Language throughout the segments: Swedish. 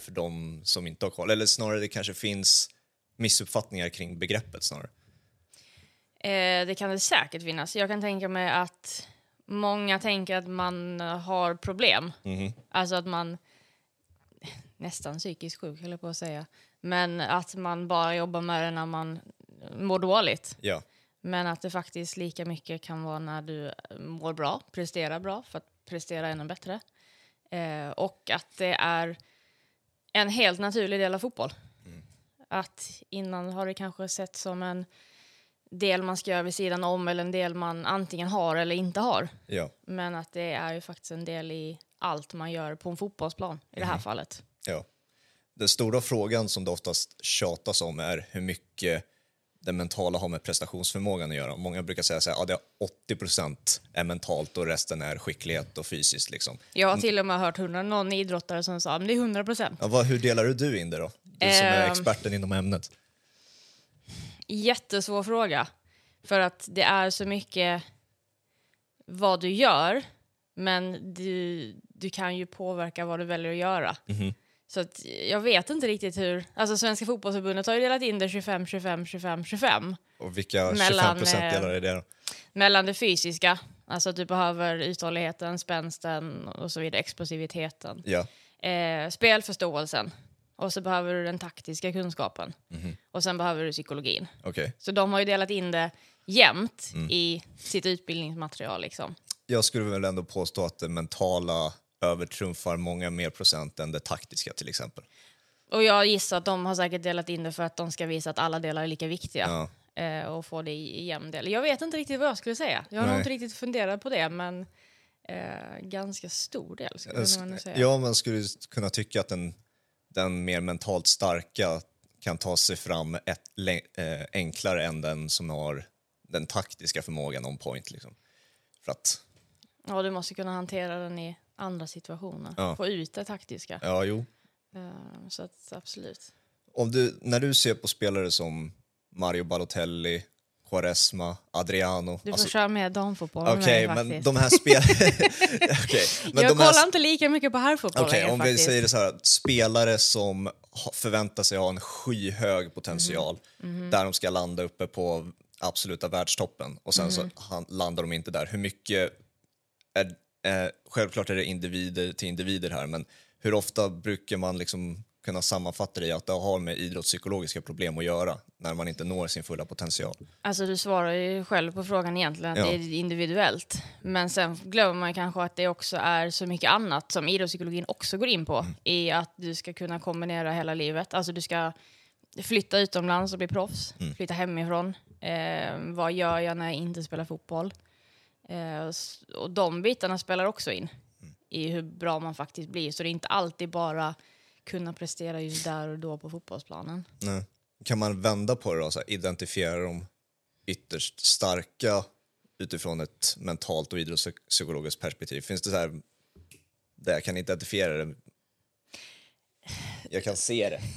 för de som inte har koll? Eller snarare det kanske finns missuppfattningar kring begreppet snarare. Det kan det säkert finnas. Jag kan tänka mig att många tänker att man har problem. Alltså att man nästan psykiskt sjuk, höll jag på att säga. Men att man bara jobbar med det när man mår dåligt. Ja. Men att det faktiskt lika mycket kan vara när du mår bra, presterar bra för att prestera ännu bättre. Och att det är en helt naturlig del av fotboll. Att innan har det kanske sett som en del man ska göra vid sidan om eller en del man antingen har eller inte har. Ja. Men att det är ju faktiskt en del i allt man gör på en fotbollsplan i det här fallet. Ja. Den stora frågan som det oftast tjatas om är hur mycket den mentala har med prestationsförmågan att göra. Många brukar säga så här, det är 80% är mentalt och resten är skicklighet och fysiskt. Liksom. Jag har till och med hört någon idrottare som sa, men det är 100%. Ja, hur delar du in det då? Du som är experten inom ämnet. Jättesvår fråga. För att det är så mycket vad du gör, men du kan ju påverka vad du väljer att göra. Så att jag vet inte riktigt hur... Alltså Svenska fotbollsförbundet har ju delat in det 25, 25, 25, 25. Och vilka 25% delar är det då? Mellan det fysiska, alltså att du behöver uthålligheten, spänsten och så vidare, explosiviteten. Ja. Spelförståelsen. Och så behöver du den taktiska kunskapen. Och sen behöver du psykologin. Okay. Så de har ju delat in det jämnt i sitt utbildningsmaterial. Liksom. Jag skulle väl ändå påstå att det mentala övertrumfar många mer procent än det taktiska till exempel. Och jag gissar att de har säkert delat in det för att de ska visa att alla delar är lika viktiga. Och få det i jämn del. Jag vet inte riktigt vad jag skulle säga. Jag har nog inte riktigt funderat på det, men ganska stor del skulle jag nog säga. Ja, man skulle kunna tycka att den mer mentalt starka kan ta sig fram enklare än den som har den taktiska förmågan on point. Liksom. För att... Ja, du måste kunna hantera den i andra situationer. Ja. Få ut det taktiska. Ja, jo. Så att, absolut. När du ser på spelare som Mario Balotelli, Quaresma, Adriano... Du får köra med damfotboll med Okej, mig, men faktiskt. de här spelarna... Men jag kollar inte lika mycket på herrfotboll längre, om faktiskt. vi säger det så här, spelare som förväntar sig ha en skyhög potential där de ska landa uppe på absoluta världstoppen och sen så landar de inte där. Hur mycket självklart är det individer till individer här, men hur ofta brukar man liksom kunna sammanfatta det i att det har med idrottspsykologiska problem att göra när man inte når sin fulla potential? Alltså du svarar ju själv på frågan egentligen, att det är individuellt. Men sen glömmer man kanske att det också är så mycket annat som idrottspsykologin också går in på. I att du ska kunna kombinera hela livet. Alltså du ska flytta utomlands och bli proffs. Flytta hemifrån. Vad gör jag när jag inte spelar fotboll? Och de bitarna spelar också in i hur bra man faktiskt blir. Så det är inte alltid bara kunna prestera just där och då på fotbollsplanen. Nej. Kan man vända på det då? Så här, identifiera de ytterst starka utifrån ett mentalt och idrottspsykologiskt perspektiv? Finns det så här där jag kan identifiera det? Jag kan se det.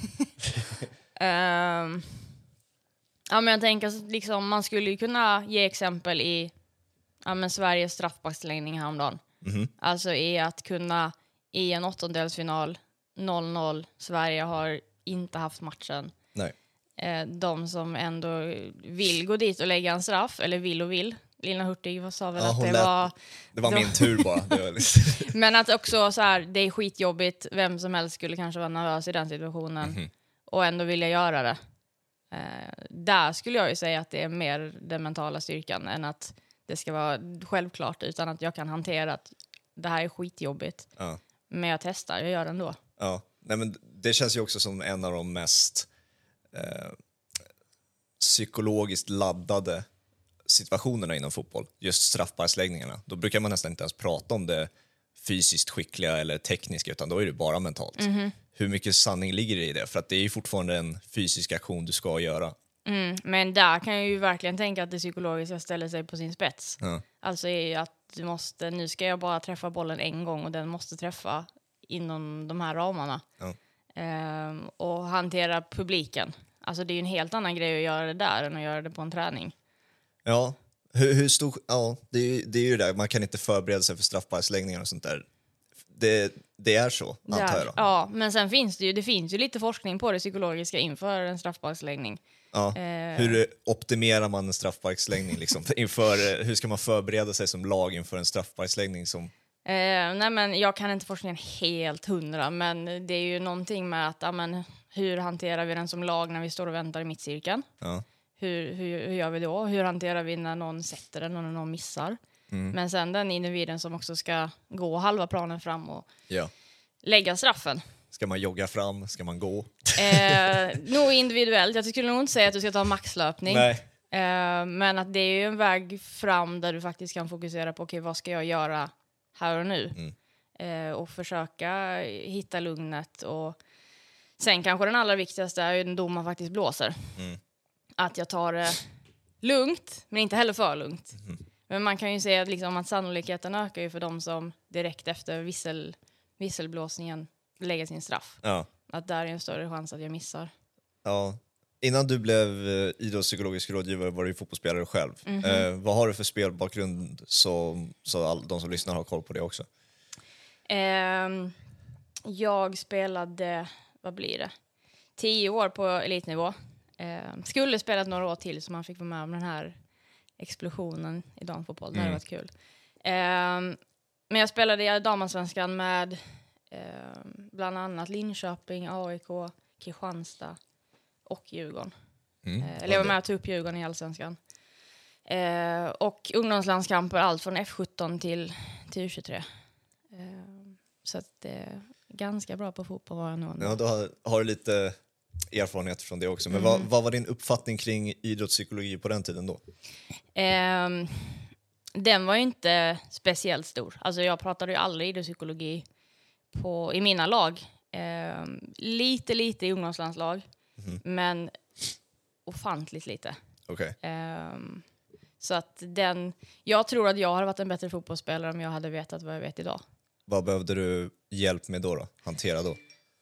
Ja, men jag tänker liksom, man skulle ju kunna ge exempel i Sveriges straffbacksläggning häromdagen. Alltså i att kunna i en åttondelsfinal 0-0, Sverige har inte haft matchen. Nej. De som ändå vill gå dit och lägga en straff, eller vill. Lina Hurtig sa väl att det var min tur bara. Men att också så här, det är skitjobbigt, vem som helst skulle kanske vara nervös i den situationen och ändå vilja göra det. Där skulle jag ju säga att det är mer den mentala styrkan än att det ska vara självklart, utan att jag kan hantera att det här är skitjobbigt. Ja. Men jag testar, jag gör det ändå. Ja, nej, men det känns ju också som en av de mest psykologiskt laddade situationerna inom fotboll. Just straffbarsläggningarna. Då brukar man nästan inte ens prata om det fysiskt skickliga eller tekniska, utan då är det bara mentalt. Hur mycket sanning ligger det i det? För att det är ju fortfarande en fysisk aktion du ska göra. Men där kan jag ju verkligen tänka att det psykologiska ställer sig på sin spets. Ja. Alltså är ju att du måste, nu ska jag bara träffa bollen en gång och den måste träffa inom de här ramarna. Ja. Och hantera publiken. Alltså det är ju en helt annan grej att göra det där än att göra det på en träning. Ja, hur stor... Ja, det är ju det där. Man kan inte förbereda sig för straffbarsläggningar och sånt där. det är så, antar jag då. Ja, men sen finns det finns ju lite forskning på det psykologiska inför en straffsparksläggning. Ja. Hur optimerar man en straffsparksläggning liksom? Hur ska man förbereda sig som lag inför en straffsparksläggning som... Nej, men jag kan inte forskningen helt 100, men det är ju någonting med att hur hanterar vi den som lag när vi står och väntar i mittcirkeln? Ja. Hur gör vi då? Hur hanterar vi när någon sätter den och när någon missar? Men sen den individen som också ska gå halva planen fram och lägga straffen. Ska man jogga fram? Ska man gå? Nog individuellt. Jag skulle nog inte säga att du ska ta maxlöpning. Nej. Men att det är ju en väg fram där du faktiskt kan fokusera på vad ska jag göra här och nu? Och försöka hitta lugnet. Och sen kanske den allra viktigaste är ju när domaren faktiskt blåser. Att jag tar det lugnt, men inte heller för lugnt. Men man kan ju se att, liksom, att sannolikheten ökar ju för de som direkt efter visselblåsningen lägger sin straff. Ja. Att där är en större chans att jag missar. Ja. Innan du blev idrottspsykologisk rådgivare var du ju fotbollsspelare själv. Vad har du för spelbakgrund så de som lyssnar har koll på det också? Jag spelade, 10 år på elitnivå. Skulle spelat några år till så man fick vara med om den här explosionen i damfotboll. Det hade varit kul. Men jag spelade i damallsvenskan med bland annat Linköping, AIK, Kristianstad och Djurgården. Eller jag var med att ta upp Djurgården i allsvenskan. Och ungdomslandskamper allt från F17 till U23. Så att ganska bra på fotboll var jag nog. Ja, då har du lite erfarenhet från det också. Men vad var din uppfattning kring idrottspsykologi på den tiden då? Den var ju inte speciellt stor. Alltså jag pratade ju aldrig idrottspsykologi i mina lag. Lite i ungdomslandslag. Men ofantligt lite. Okay. Så att jag tror att jag hade varit en bättre fotbollsspelare om jag hade vetat vad jag vet idag. Vad behövde du hjälp med då? Hantera då?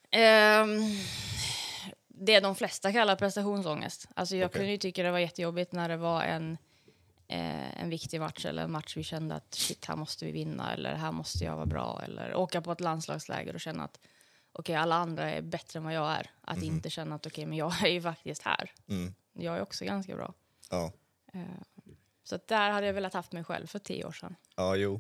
Det de flesta kallar prestationsångest. Alltså jag kunde ju tycka det var jättejobbigt när det var en viktig match eller en match vi kände att shit, här måste vi vinna eller här måste jag vara bra eller åka på ett landslagsläger och känna att okej, alla andra är bättre än vad jag är. Att inte känna att okej, men jag är ju faktiskt här. Jag är också ganska bra. Ja. Så att där hade jag velat haft mig själv för 10 år sedan. Ja, jo.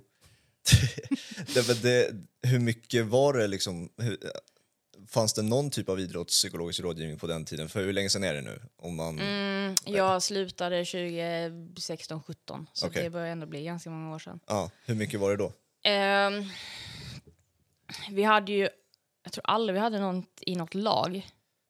Hur mycket var det liksom... Fanns det någon typ av idrottspsykologisk rådgivning på den tiden? För hur länge sedan är det nu? Jag slutade 2016-17. Så det börjar ändå bli ganska många år sedan. Ja, hur mycket var det då? Vi hade ju... Jag tror aldrig vi hade någon i något lag.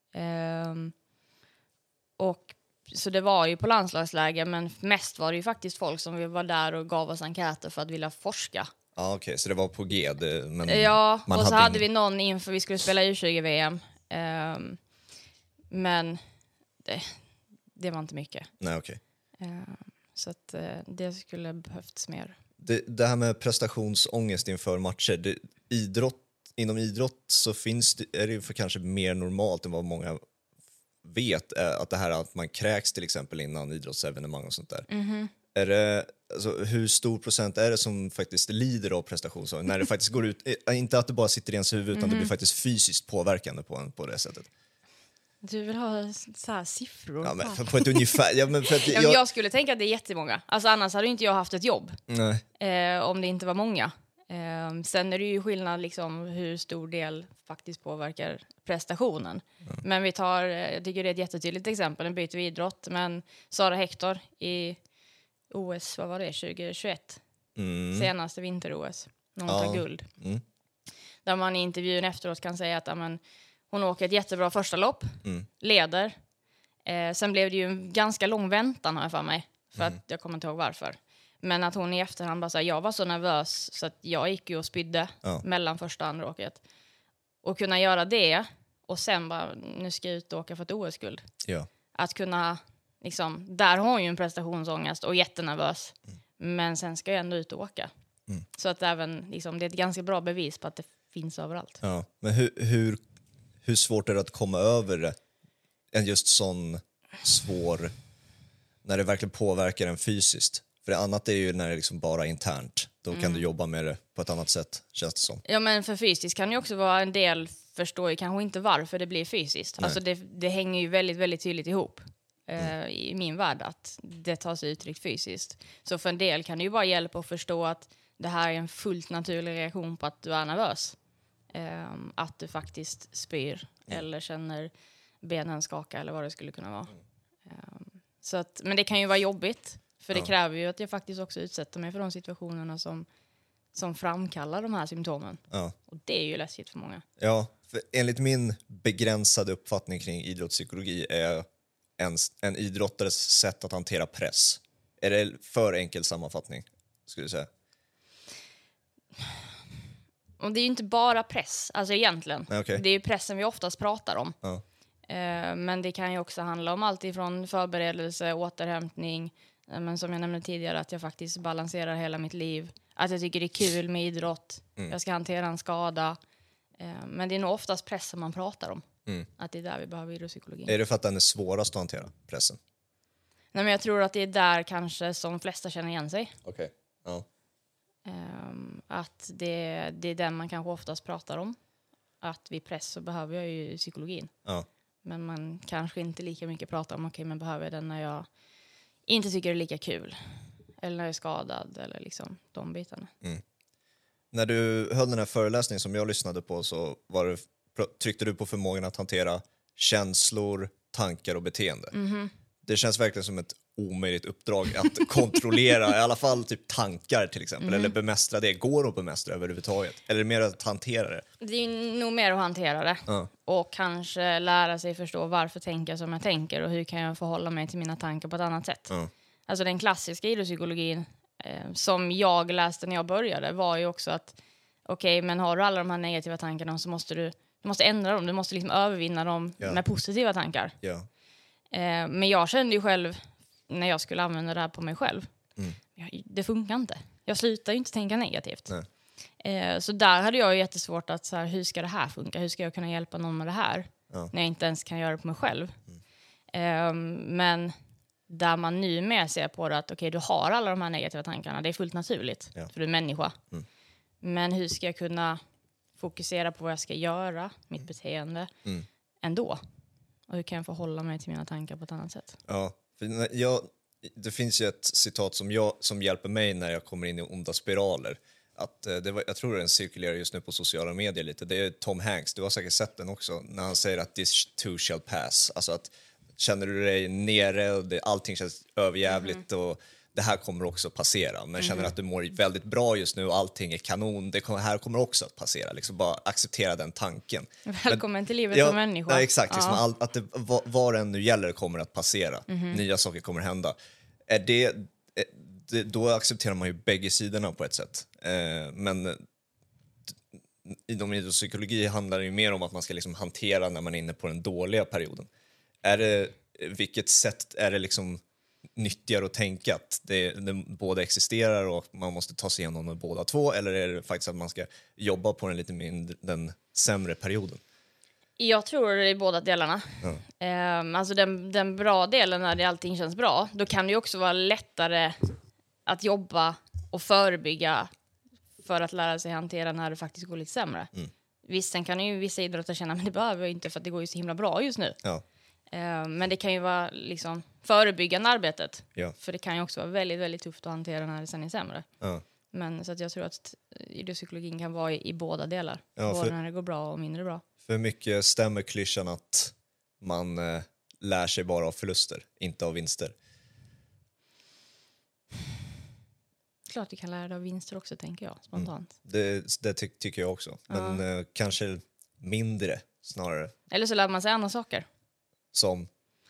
Och så det var ju på landslagsläger, men mest var det ju faktiskt folk som vi var där och gav oss enkäter för att vilja forska. Ja, okej, så det var på G. Och så hade vi någon inför vi skulle spela U20-VM. Men det var inte mycket. Nej, okej. Så att det skulle behövts mer. Det här med prestationsångest inför matcher, inom idrott så är det ju för kanske mer normalt än vad många vet, att det här att man kräks till exempel innan idrottsevenemang och sånt där. Är det, alltså, hur stor procent är det som faktiskt lider av prestationsångest när det faktiskt går ut, inte att det bara sitter i ens huvud utan det blir faktiskt fysiskt påverkande på det sättet? Du vill ha så här siffror? Ja, men på ett ungefär. Jag skulle tänka att det är jättemånga. Alltså annars hade inte jag haft ett jobb. Nej. Om det inte var många. Sen är det ju skillnad liksom hur stor del faktiskt påverkar prestationen. Men jag tycker det är ett jättetydligt exempel. Nu byter vi idrott. Men Sara Hector i OS, vad var det? 2021. Senaste vinter-OS. Någon tar guld. Där man i intervjun efteråt kan säga att hon åker ett jättebra första lopp. Leder. Sen blev det ju en ganska lång väntan här för mig. För att jag kommer inte ihåg varför. Men att hon i efterhand bara sa, jag var så nervös så att jag gick ju och spydde mellan första och andra åket. Och kunna göra det och sen bara, nu ska jag ut och åka för ett OS-guld. Ja. Att kunna, liksom, där har hon ju en prestationsångest och jättenervös. Men sen ska jag ändå ut och åka. Så att även, liksom, det är ett ganska bra bevis på att det finns överallt. Ja. Men hur svårt är det att komma över det? En just sån svår, när det verkligen påverkar en fysiskt. För annat är ju när det är liksom bara internt. Då kan du jobba med det på ett annat sätt, känns det som. Ja, men för fysiskt kan ju också vara en del, förstår ju kanske inte varför det blir fysiskt. Nej. Alltså det hänger ju väldigt, väldigt tydligt ihop i min värld att det tar sig uttryckt fysiskt. Så för en del kan det ju bara hjälpa att förstå att det här är en fullt naturlig reaktion på att du är nervös. Att du faktiskt spyr eller känner benen skaka eller vad det skulle kunna vara. Så att, men det kan ju vara jobbigt. För det kräver ju att jag faktiskt också utsätter mig för de situationerna som framkallar de här symptomen. Ja. Och det är ju läskigt för många. Ja, för enligt min begränsade uppfattning kring idrottspsykologi är en idrottares sätt att hantera press. Är det för enkel sammanfattning, skulle du säga? Och det är ju inte bara press, alltså egentligen. Okay. Det är ju pressen vi oftast pratar om. Ja. Men det kan ju också handla om allt ifrån förberedelse, återhämtning. Men som jag nämnde tidigare, att jag faktiskt balanserar hela mitt liv. Att jag tycker det är kul med idrott. Jag ska hantera en skada. Men det är nog oftast pressen man pratar om. Att det är där vi behöver idrottspsykologin. Är det för att den är svårast att hantera, pressen? Nej, men jag tror att det är där kanske som flesta känner igen sig. Okej. Ja. Att det är den man kanske oftast pratar om. Att vid press så behöver jag ju psykologin. Ja. Men man kanske inte lika mycket pratar om men behöver jag den när jag inte tycker det är lika kul. Eller när jag är skadad eller liksom de bitarna. När du höll den här föreläsningen som jag lyssnade på så tryckte du på förmågan att hantera känslor, tankar och beteende. Det känns verkligen som ett omöjligt uppdrag att kontrollera i alla fall typ tankar till exempel eller bemästra det. Går att bemästra överhuvudtaget? Eller är det mer att hantera det? Det är nog mer att hantera det. Och kanske lära sig förstå varför tänker jag som jag tänker och hur kan jag förhålla mig till mina tankar på ett annat sätt. Alltså den klassiska idrottspsykologin som jag läste när jag började var ju också att okej, men har du alla de här negativa tankarna så måste du måste ändra dem. Du måste liksom övervinna dem med positiva tankar. Men jag kände ju själv när jag skulle använda det här på mig själv. Det funkar inte. Jag slutar ju inte tänka negativt. Så där hade jag ju jättesvårt att så här, hur ska det här funka? Hur ska jag kunna hjälpa någon med det här? När jag inte ens kan göra det på mig själv. Men där man nu med ser på det att okej, du har alla de här negativa tankarna. Det är fullt naturligt. För du är människa. Men hur ska jag kunna fokusera på vad jag ska göra? Mitt beteende. Ändå. Och hur kan jag förhålla mig till mina tankar på ett annat sätt? Ja, för det finns ju ett citat som hjälper mig när jag kommer in i onda spiraler. Att jag tror den cirkulerar just nu på sociala medier lite. Det är Tom Hanks, du har säkert sett den också. När han säger att this too shall pass. Alltså att känner du dig nere och allting känns överjävligt och det här kommer också passera. Men känner att du mår väldigt bra just nu och allting är kanon. Det här kommer också att passera. Liksom bara acceptera den tanken. Välkommen till livet som människa. Ja, exakt. Liksom att vad den nu gäller kommer att passera. Nya saker kommer hända. Då accepterar man ju bägge sidorna på ett sätt. Men inom idrottspsykologi handlar det ju mer om att man ska liksom hantera när man är inne på den dåliga perioden. Vilket sätt är det liksom nyttigare att tänka att det båda existerar och man måste ta sig igenom med båda två, eller är det faktiskt att man ska jobba på den sämre perioden? Jag tror det är båda delarna. Alltså den bra delen när allting känns bra, då kan det ju också vara lättare att jobba och förebygga för att lära sig hantera när det faktiskt går lite sämre. Visst, sen kan ju vissa idrottare känna men det behöver jag inte för att det går ju så himla bra just nu. Men det kan ju vara liksom förebyggande arbetet. För det kan ju också vara väldigt, väldigt tufft att hantera när det sen är sämre. Men så att jag tror att idrottspsykologin kan vara i båda delar. Både när det går bra och mindre bra. För mycket stämmer klyschan att man lär sig bara av förluster, inte av vinster. Klart du kan lära dig av vinster också, tänker jag, spontant. Det tycker jag också. Men kanske mindre, snarare. Eller så lär man sig andra saker. Som?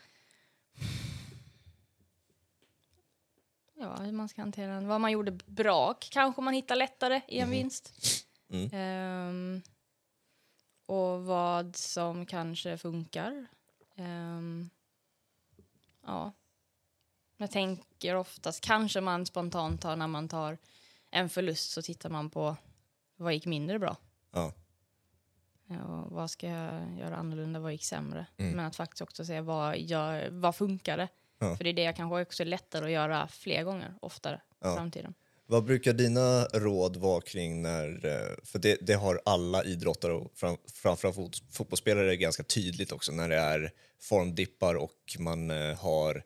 Ja, hur man ska hantera den. Vad man gjorde bra kanske man hittar lättare i en vinst. Och vad som kanske funkar. Ja. Jag tänker oftast, kanske man spontant tar när man tar en förlust så tittar man på vad gick mindre bra. Och vad ska jag göra annorlunda, vad gick sämre. Men att faktiskt också se vad funkade. För det är det jag kanske också är lättare att göra fler gånger, oftare i framtiden. Vad brukar dina råd vara kring när, för det har alla idrottare och framförallt fotbollsspelare är ganska tydligt också när det är formdippar och man har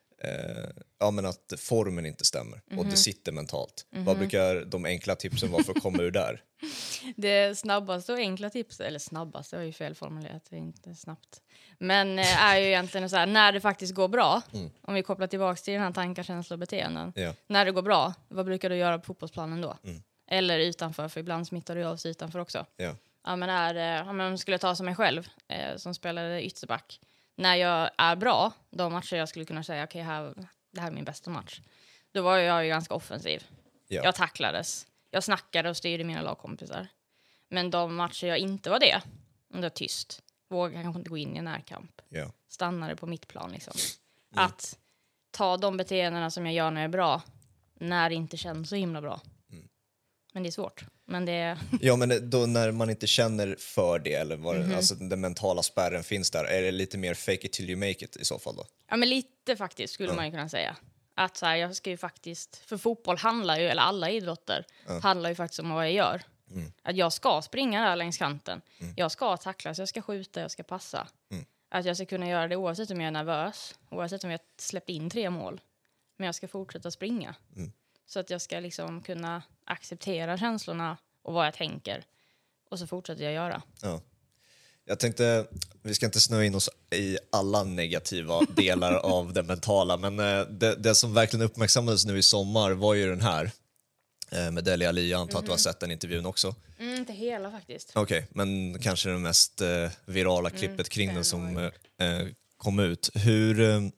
men att formen inte stämmer och det sitter mentalt. Vad brukar de enkla tipsen vara för att komma ur där? Det snabbaste och enkla tipset, eller snabbaste är ju felformulerat, det är inte snabbt. Men är ju egentligen så här, när det faktiskt går bra, om vi kopplar tillbaka till den här tankar, känslor och beteenden. När det går bra, vad brukar du göra på fotbollsplanen då? Eller utanför, för ibland smittar du av sig utanför också. Ja, men om jag skulle ta som mig själv, som spelade ytterback. När jag är bra, de matcher jag skulle kunna säga, okej, det här är min bästa match. Då var jag ju ganska offensiv. Jag tacklades. Jag snackade och styrde mina lagkompisar. Men de matcher jag inte var det var tyst. Vågade kanske inte gå in i en närkamp. Stannade på mitt plan liksom. Att ta de beteendena som jag gör när jag är bra, när det inte känns så himla bra. Men det är svårt. Men det... Ja, men då när man inte känner för det eller vad alltså den mentala spärren finns där, är det lite mer fake it till you make it i så fall då? Ja, men lite faktiskt skulle man ju kunna säga. Att så här, jag ska ju faktiskt, för fotboll handlar ju, eller alla idrotter handlar ju faktiskt om vad jag gör. Att jag ska springa där längs kanten. Jag ska tacklas, jag ska skjuta, jag ska passa. Att jag ska kunna göra det oavsett om jag är nervös, oavsett om jag släppt in 3 mål. Men jag ska fortsätta springa. Så att jag ska liksom kunna acceptera känslorna och vad jag tänker. Och så fortsätter jag göra. Ja. Jag tänkte, vi ska inte snöa in oss i alla negativa delar av det mentala. Men det som verkligen uppmärksammades nu i sommar var ju den här. Med Dele Alli, jag antar att du har sett den intervjun också. Inte hela faktiskt. Okej, men kanske det mest virala klippet kring den som kom ut. Hur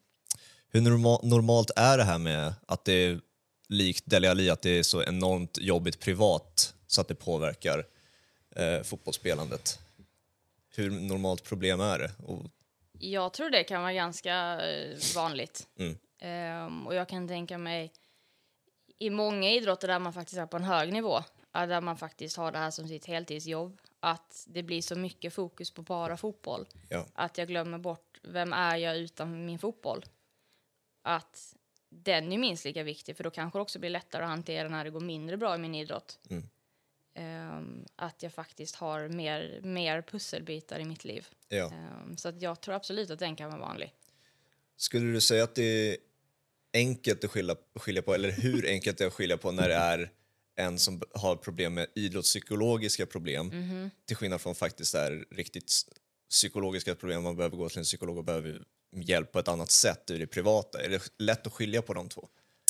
normalt är det här med att det är likt Dele Alli, att det är så enormt jobbigt privat så att det påverkar fotbollsspelandet? Hur normalt problem är det? Jag tror det kan vara ganska vanligt. Och jag kan tänka mig i många idrotter där man faktiskt är på en hög nivå, där man faktiskt har det här som sitt heltidsjobb, att det blir så mycket fokus på bara fotboll. Att jag glömmer bort, vem är jag utan min fotboll? Att den är minst lika viktig, för då kanske det också blir lättare att hantera när det går mindre bra i min idrott. Att jag faktiskt har mer pusselbitar i mitt liv. Så att jag tror absolut att den kan vara vanlig. Skulle du säga att det är enkelt att skilja på, eller hur enkelt det är att skilja på när det är en som har problem med idrottspsykologiska problem till skillnad från faktiskt är riktigt psykologiska problem, man behöver gå till en psykolog och behöver hjälp på ett annat sätt ur det privata? Är det lätt att skilja på de två?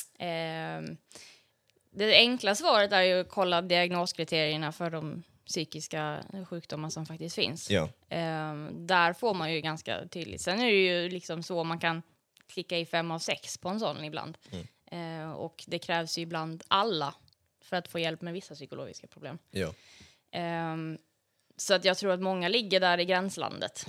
Det enkla svaret är ju att kolla diagnoskriterierna för de psykiska sjukdomar som faktiskt finns. Där får man ju ganska tydligt. Sen är det ju liksom så man kan klicka i 5 av 6 på en sån ibland. Och det krävs ju ibland alla för att få hjälp med vissa psykologiska problem. Så att jag tror att många ligger där i gränslandet.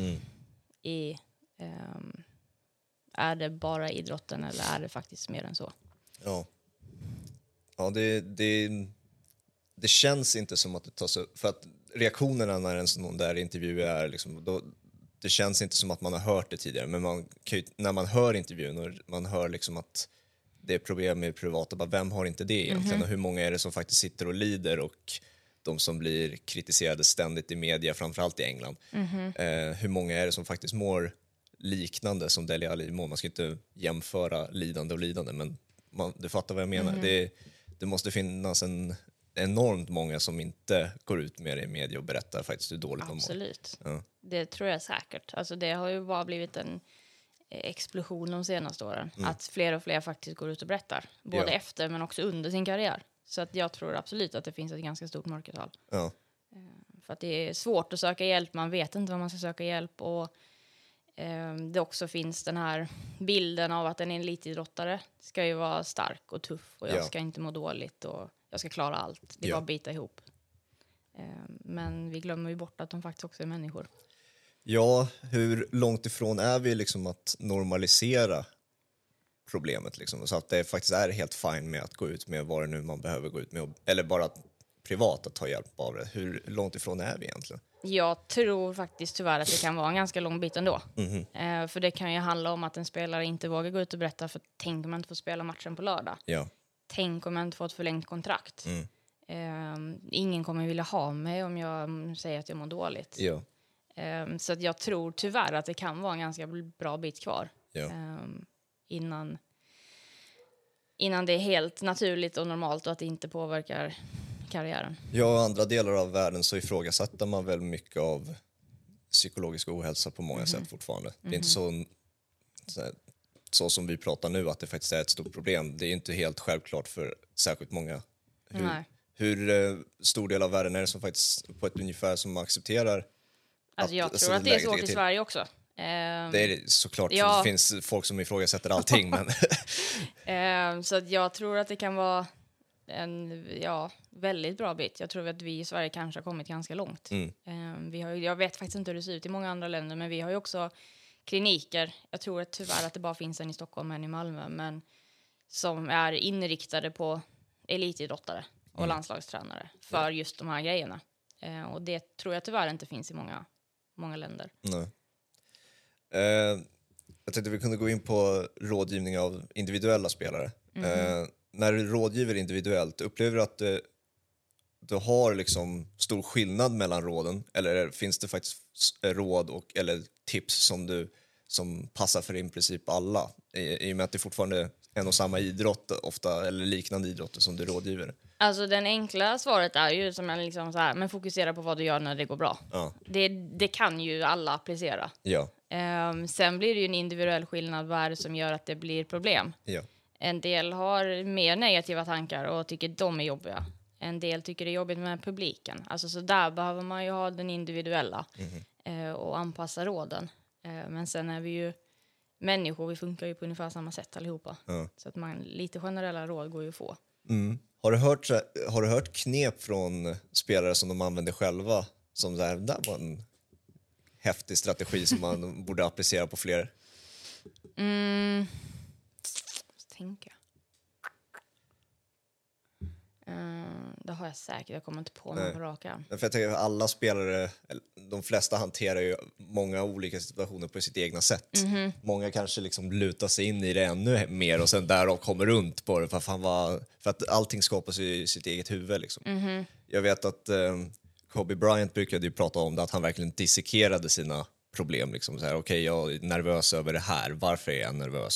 Är det bara idrotten eller är det faktiskt mer än så? Ja, det känns inte som att det tas upp. För att reaktionerna när en sån där intervju är liksom, det känns inte som att man har hört det tidigare. Men man kan ju, när man hör intervjun och man hör liksom att det är problem med privata, bara, vem har inte det egentligen? Och hur många är det som faktiskt sitter och lider, och de som blir kritiserade ständigt i media, framförallt i England. Hur många är det som faktiskt mår liknande som Dele Alli mår? Man ska inte jämföra lidande och lidande, men du fattar vad jag menar. Det måste finnas enormt många som inte går ut med det i media och berättar faktiskt hur dåligt de mår. Absolut. Det tror jag säkert. Alltså det har ju bara blivit en explosion de senaste åren. Att fler och fler faktiskt går ut och berättar. Både efter men också under sin karriär. Så att jag tror absolut att det finns ett ganska stort mörkertal. För att det är svårt att söka hjälp. Man vet inte vad man ska söka hjälp. Och det också finns den här bilden av att en elitidrottare ska ju vara stark och tuff. Och jag ska inte må dåligt och jag ska klara allt. Det är bara att bita ihop. Men vi glömmer ju bort att de faktiskt också är människor. Ja, hur långt ifrån är vi liksom att normalisera problemet liksom, så att det faktiskt är helt fine med att gå ut med vad det nu man behöver gå ut med, eller bara privat att ta hjälp av det. Hur långt ifrån är vi egentligen? Jag tror faktiskt tyvärr att det kan vara en ganska lång bit ändå. För det kan ju handla om att en spelare inte vågar gå ut och berätta, för tänk om man inte får spela matchen på lördag. Ja. Tänk om jag inte får ett förlängt kontrakt. Ingen kommer vilja ha mig om jag säger att jag mår dåligt. Ja. Så att jag tror tyvärr att det kan vara en ganska bra bit kvar. Ja. Innan det är helt naturligt och normalt och att det inte påverkar karriären. Ja, och andra delar av världen så ifrågasätter man väl mycket av psykologisk ohälsa på många sätt fortfarande. Det är inte så som vi pratar nu, att det faktiskt är ett stort problem. Det är inte helt självklart för särskilt många. Hur stor del av världen är det som faktiskt på ett ungefär som accepterar? Alltså jag tror att det är svårt i Sverige också. Det är såklart, det finns folk som ifrågasätter allting. Men så att jag tror att det kan vara en väldigt bra bit. Jag tror att vi i Sverige kanske har kommit ganska långt. Jag vet faktiskt inte hur det ser ut i många andra länder, men vi har ju också kliniker. Jag tror att tyvärr att det bara finns en i Stockholm och en i Malmö, men som är inriktade på elitidrottare och landslagstränare för just de här grejerna. Och det tror jag tyvärr inte finns i många länder. Nej. Jag tänkte vi kunde gå in på rådgivning av individuella spelare. När du rådgiver individuellt, upplever du att du har liksom stor skillnad mellan råden, eller finns det faktiskt råd eller tips som passar för i princip alla, i och med att det fortfarande är en och samma idrott ofta, eller liknande idrotter som du rådgiver? Alltså den enkla svaret är ju som en liksom så här, men fokusera på vad du gör när det går bra. Ja. Det kan ju alla applicera. Ja. Sen blir det ju en individuell skillnad vad är det som gör att det blir problem. Ja. En del har mer negativa tankar och tycker de är jobbiga. En del tycker det är jobbigt med publiken. Alltså så där behöver man ju ha den individuella och anpassa råden. Men sen är vi ju människor, vi funkar ju på ungefär samma sätt allihopa. Så att lite generella råd går ju att få. Har du hört knep från spelare som de använder själva, som där var en häftig strategi som man borde applicera på fler? Tänka. Det har jag säkert, jag kommer inte på någon på raka. För jag tänker att alla spelare, de flesta hanterar ju många olika situationer på sitt egna sätt. Många kanske liksom lutar sig in i det ännu mer och sen därav kommer runt på det för att allting skapas i sitt eget huvud liksom. Jag vet att Kobe Bryant brukade ju prata om det, att han verkligen dissekerade sina problem liksom, så här, okej, jag är nervös över det här, varför är jag nervös?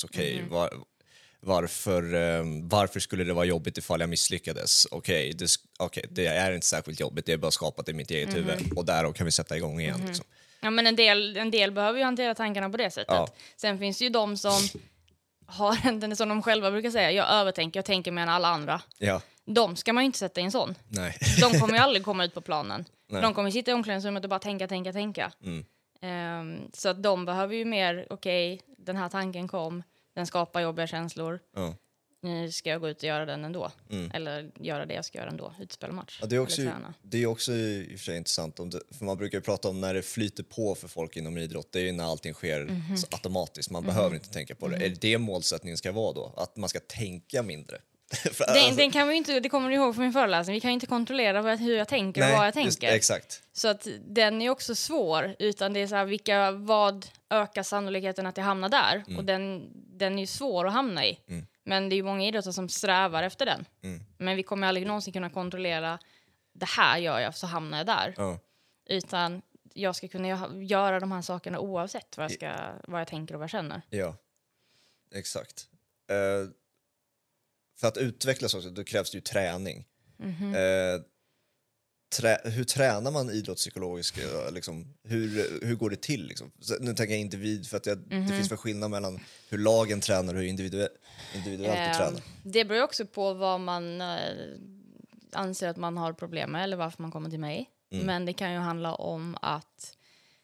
Varför skulle det vara jobbigt ifall jag misslyckades? Okej, det är inte särskilt jobbigt, det är bara skapat i mitt eget huvud, och därav kan vi sätta igång igen liksom. Ja, men en del behöver ju hantera tankarna på det sättet. Ja. Sen finns det ju de som har den som de själva brukar säga, jag tänker mer än alla andra. Ja. De ska man ju inte sätta i en sån. Nej. De kommer ju aldrig komma ut på planen. De kommer sitta i omklädningsrummet och bara tänka. Så att de behöver ju mer, den här tanken kom, den skapar jobbiga känslor. Nu ska jag gå ut och göra den ändå. Eller göra det jag ska göra ändå, utspela match. Ja, det är också i och för sig intressant, för man brukar ju prata om när det flyter på för folk inom idrott. Det är ju när allting sker så automatiskt, man behöver inte tänka på det. Är det målsättningen ska vara då? Att man ska tänka mindre? Den kan vi inte, det kommer du ihåg från min föreläsning. Vi kan ju inte kontrollera hur jag tänker och vad jag tänker. Exakt. Så att den är också svår, utan det är så här, vad ökar sannolikheten att jag hamnar där? Och den är ju svår att hamna i. Men det är ju många idrottare som strävar efter den. Men vi kommer aldrig någonsin kunna kontrollera, det här gör jag så hamnar jag där. Utan jag ska kunna göra de här sakerna oavsett vad jag tänker och vad jag känner. Ja, exakt. För att utvecklas också, då krävs det ju träning. Hur tränar man idrottspsykologiskt? Liksom, hur går det till? Liksom? Nu tänker jag individ, för att det finns för skillnad mellan hur lagen tränar och hur individuellt du tränar. Det beror också på vad man anser att man har problem med eller varför man kommer till mig. Men det kan ju handla om att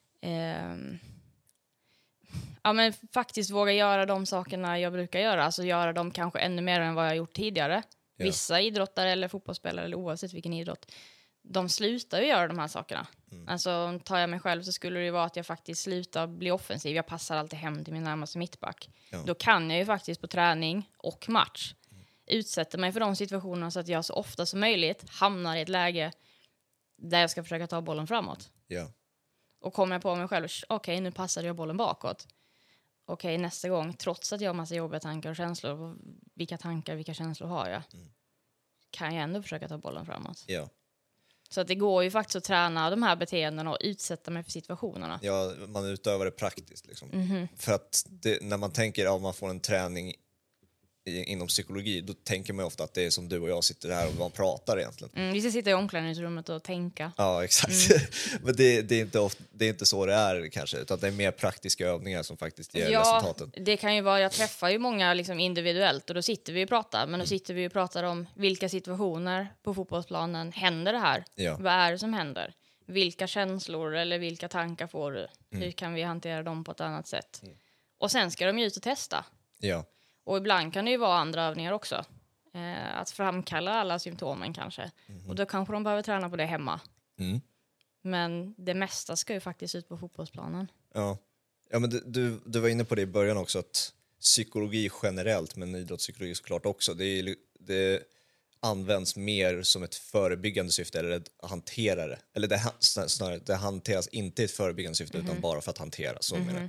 men faktiskt våga göra de sakerna jag brukar göra. Alltså göra dem kanske ännu mer än vad jag gjort tidigare. Ja. Vissa idrottare eller fotbollsspelare, eller oavsett vilken idrott, de slutar ju göra de här sakerna. Alltså tar jag mig själv så skulle det ju vara att jag faktiskt slutar bli offensiv. Jag passar alltid hem till min närmaste mittback. Ja. Då kan jag ju faktiskt på träning och match utsätta mig för de situationerna så att jag så ofta som möjligt hamnar i ett läge där jag ska försöka ta bollen framåt. Ja. Och kommer jag på mig själv, okej, nu passade jag bollen bakåt. Okej, nästa gång, trots att jag har massa jobbiga tankar och känslor, vilka känslor har jag? Kan jag ändå försöka ta bollen framåt? Ja. Så att det går ju faktiskt att träna de här beteendena och utsätta mig för situationerna. Ja, man utövar det praktiskt liksom. För att när man tänker att man får en träning inom psykologi, då tänker man ofta att det är som du och jag sitter här och man pratar egentligen. Vi ska sitta i omklädningsrummet och tänka. Ja, exakt. Men det är inte så det är kanske, utan det är mer praktiska övningar som faktiskt ger resultaten. Det kan ju vara, jag träffar ju många liksom individuellt och då sitter vi och pratar, men då sitter vi och pratar om vilka situationer på fotbollsplanen händer det här? Ja. Vad är det som händer? Vilka känslor eller vilka tankar får du? Hur kan vi hantera dem på ett annat sätt? Och sen ska de ju ut och testa. Ja. Och ibland kan det ju vara andra övningar också. Att framkalla alla symptomen kanske. Och då kanske de behöver träna på det hemma. Men det mesta ska ju faktiskt ut på fotbollsplanen. Ja, men du var inne på det i början också, att psykologi generellt, men idrottspsykologi såklart också, det används mer som ett förebyggande syfte eller ett hanterare. Eller det hanteras inte i ett förebyggande syfte utan bara för att hantera. Så menar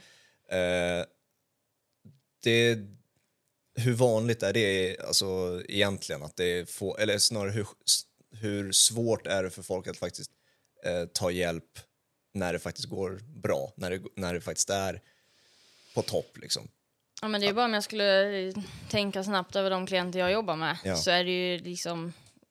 jag. Hur vanligt är det alltså egentligen att det får, eller snarare hur svårt är det för folk att faktiskt ta hjälp när det faktiskt går bra, när det faktiskt är på topp liksom? Ja, men det är ju bara om jag skulle tänka snabbt över de klienter jag jobbar med, så är det ju liksom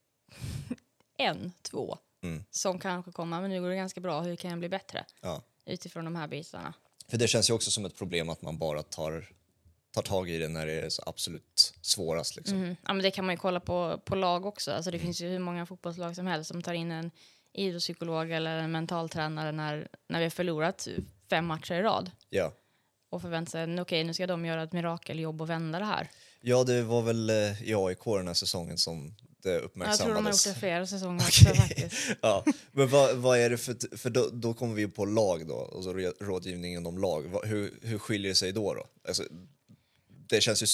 1-2 som kanske kommer, men nu går det ganska bra, hur kan jag bli bättre? Utifrån de här bitarna. För det känns ju också som ett problem att man bara tar tag i det när det är så absolut svårast liksom. Ja, men det kan man ju kolla på lag också. Alltså det finns ju hur många fotbollslag som helst som tar in en idrottspsykolog eller en mentaltränare när vi har förlorat 5 matcher i rad. Ja. Och förväntar sig, okej, nu ska de göra ett mirakeljobb och vända det här. Ja, det var väl i AIK den här säsongen som det uppmärksammades. Jag tror de har gjort det flera säsonger också faktiskt. Ja, men vad är det för då kommer vi på lag då, och så rådgivningen om lag. Hur skiljer det sig då? Alltså, det känns ju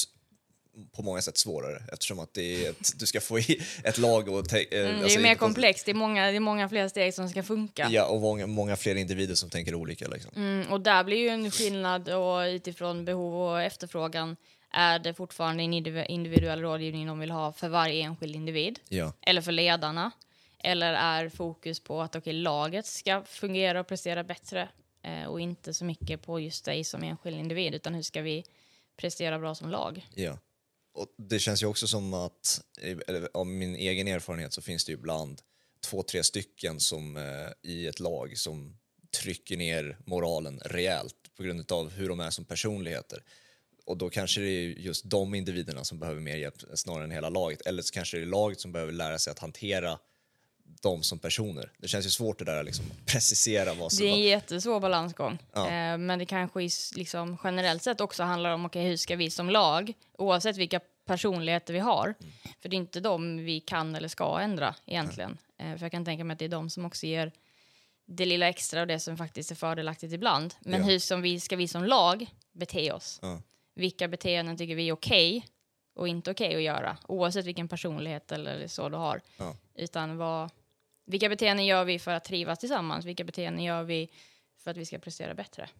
på många sätt svårare eftersom att det är du ska få i ett lag och det är ju mer komplext. Det är många fler steg som ska funka. Ja, och många fler individer som tänker olika liksom. Och där blir ju en skillnad, och utifrån behov och efterfrågan är det fortfarande en individuell rådgivning de vill ha för varje enskild individ. Ja. Eller för ledarna. Eller är fokus på att laget ska fungera och prestera bättre, och inte så mycket på just dig som enskild individ, utan hur ska vi prestera bra som lag. Ja. Och det känns ju också som att, av min egen erfarenhet, så finns det ju ibland 2-3 stycken som i ett lag som trycker ner moralen rejält på grund av hur de är som personligheter. Och då kanske det är just de individerna som behöver mer hjälp snarare än hela laget. Eller så kanske det är laget som behöver lära sig att hantera dem som personer. Det känns ju svårt det där liksom, precisera vad som... Det är en jättesvår balansgång. Ja. Men det kanske liksom generellt sett också handlar om hur ska vi som lag, oavsett vilka personligheter vi har, för det är inte dem vi kan eller ska ändra egentligen. För jag kan tänka mig att det är de som också ger det lilla extra och det som faktiskt är fördelaktigt ibland. Men hur ska vi som lag bete oss? Vilka beteenden tycker vi är okej och inte okej att göra, oavsett vilken personlighet eller så du har. Utan vilka beteenden gör vi för att trivas tillsammans? Vilka beteenden gör vi för att vi ska prestera bättre?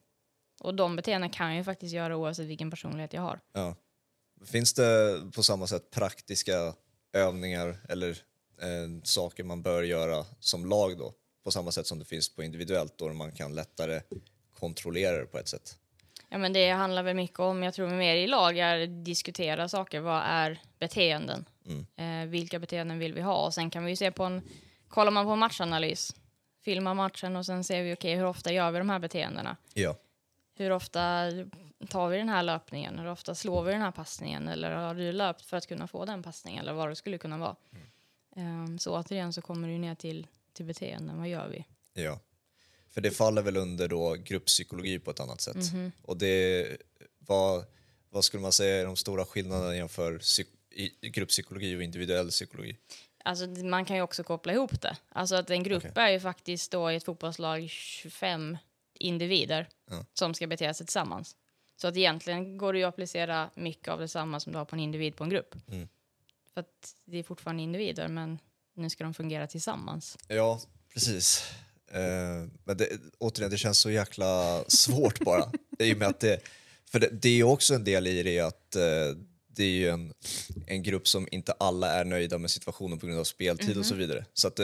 Och de beteenden kan jag ju faktiskt göra oavsett vilken personlighet jag har. Ja. Finns det på samma sätt praktiska övningar eller saker man bör göra som lag då? På samma sätt som det finns på individuellt, då man kan lättare kontrollera det på ett sätt? Ja, men det handlar väl mycket om, jag tror mer i lag, är diskutera saker. Vad är beteenden? Vilka beteenden vill vi ha? Och sen kan vi ju se kollar man på en matchanalys, filmar matchen och sen ser vi hur ofta gör vi de här beteendena? Ja. Hur ofta tar vi den här löpningen? Hur ofta slår vi den här passningen? Eller har du löpt för att kunna få den passningen? Eller vad det skulle kunna vara. Så återigen så kommer det ner till beteenden. Vad gör vi? Ja. För det faller väl under då grupppsykologi på ett annat sätt. Och det vad skulle man säga är de stora skillnaderna jämför grupppsykologi och individuell psykologi? Alltså man kan ju också koppla ihop det. Alltså att en grupp är ju faktiskt då i ett fotbollslag 25 individer som ska bete sig tillsammans. Så att egentligen går det ju att applicera mycket av detsamma som du har på en individ på en grupp. För att det är fortfarande individer, men nu ska de fungera tillsammans. Ja, precis. Men återigen, det känns så jäkla svårt bara. I och med att det är ju också en del i det att det är ju en grupp som inte alla är nöjda med situationen på grund av speltid och så vidare. Så att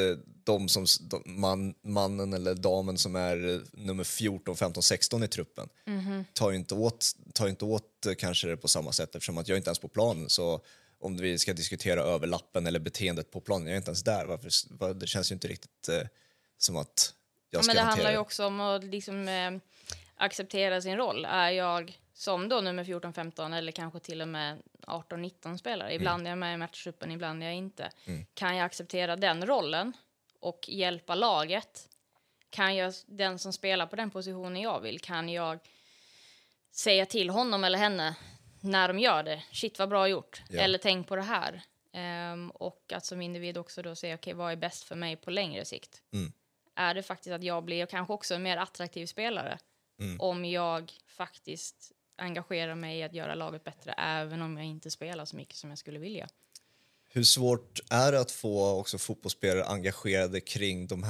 mannen eller damen som är nummer 14, 15, 16 i truppen tar inte åt kanske det på samma sätt, eftersom att jag inte ens på planen. Så om vi ska diskutera överlappen eller beteendet på planen, jag är inte ens där. Det känns ju inte riktigt som att jag ska men det hantera handlar ju också om att liksom, acceptera sin roll. Är jag som då nummer 14-15 eller kanske till och med 18-19 spelare. Ibland är jag med i matchtruppen, ibland är jag inte. Kan jag acceptera den rollen och hjälpa laget? Kan jag, den som spelar på den positionen jag vill, kan jag säga till honom eller henne när de gör det? Shit, vad bra gjort. Ja. Eller tänk på det här. Och att som individ också då säga, okej, vad är bäst för mig på längre sikt? Är det faktiskt att jag blir kanske också en mer attraktiv spelare om jag faktiskt engagerar mig i att göra laget bättre, även om jag inte spelar så mycket som jag skulle vilja. Hur svårt är det att få också fotbollsspelare engagerade kring de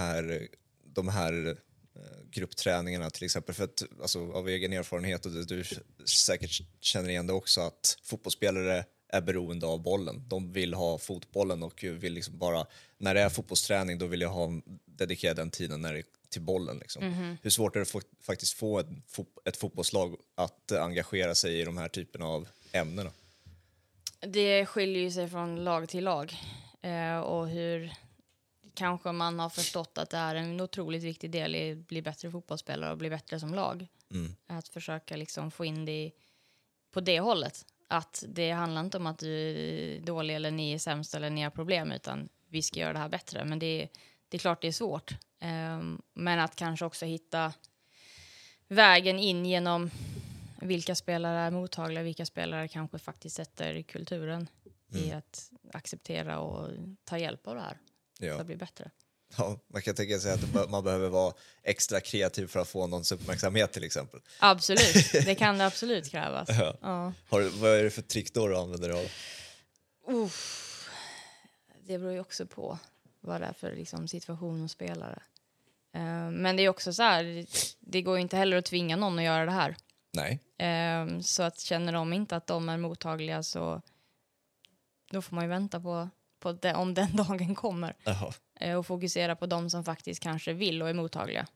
här gruppträningarna till exempel? För att, alltså, av egen erfarenhet, och du säkert känner igen det också, att fotbollsspelare är beroende av bollen. De vill ha fotbollen och vill liksom bara, när det är fotbollsträning, då vill jag dedikera den tiden när det är till bollen. Liksom. Hur svårt är det att faktiskt få ett fotbollslag att engagera sig i de här typerna av ämnen? Det skiljer ju sig från lag till lag. Och hur kanske man har förstått att det är en otroligt viktig del i att bli bättre fotbollsspelare och bli bättre som lag. Att försöka liksom få in det på det hållet. Att det handlar inte om att du är dålig eller ni är sämst eller ni har problem, utan vi ska göra det här bättre. Men det är klart det är svårt. Men att kanske också hitta vägen in genom vilka spelare är mottagliga, vilka spelare kanske faktiskt sätter kulturen i att acceptera och ta hjälp av det här för att bli bättre. Ja, man kan tänka sig att man behöver vara extra kreativ för att få någons uppmärksamhet till exempel. Absolut, det kan det absolut krävas. Ja. Vad är det för trick då du använder dig av? Det beror ju också på vad det är för liksom, situation och spelare. Men det är också så här, det går ju inte heller att tvinga någon att göra det här. Nej. Så att känner de inte att de är mottagliga, så då får man ju vänta på om den dagen kommer. Och fokusera på de som faktiskt kanske vill och är mottagliga.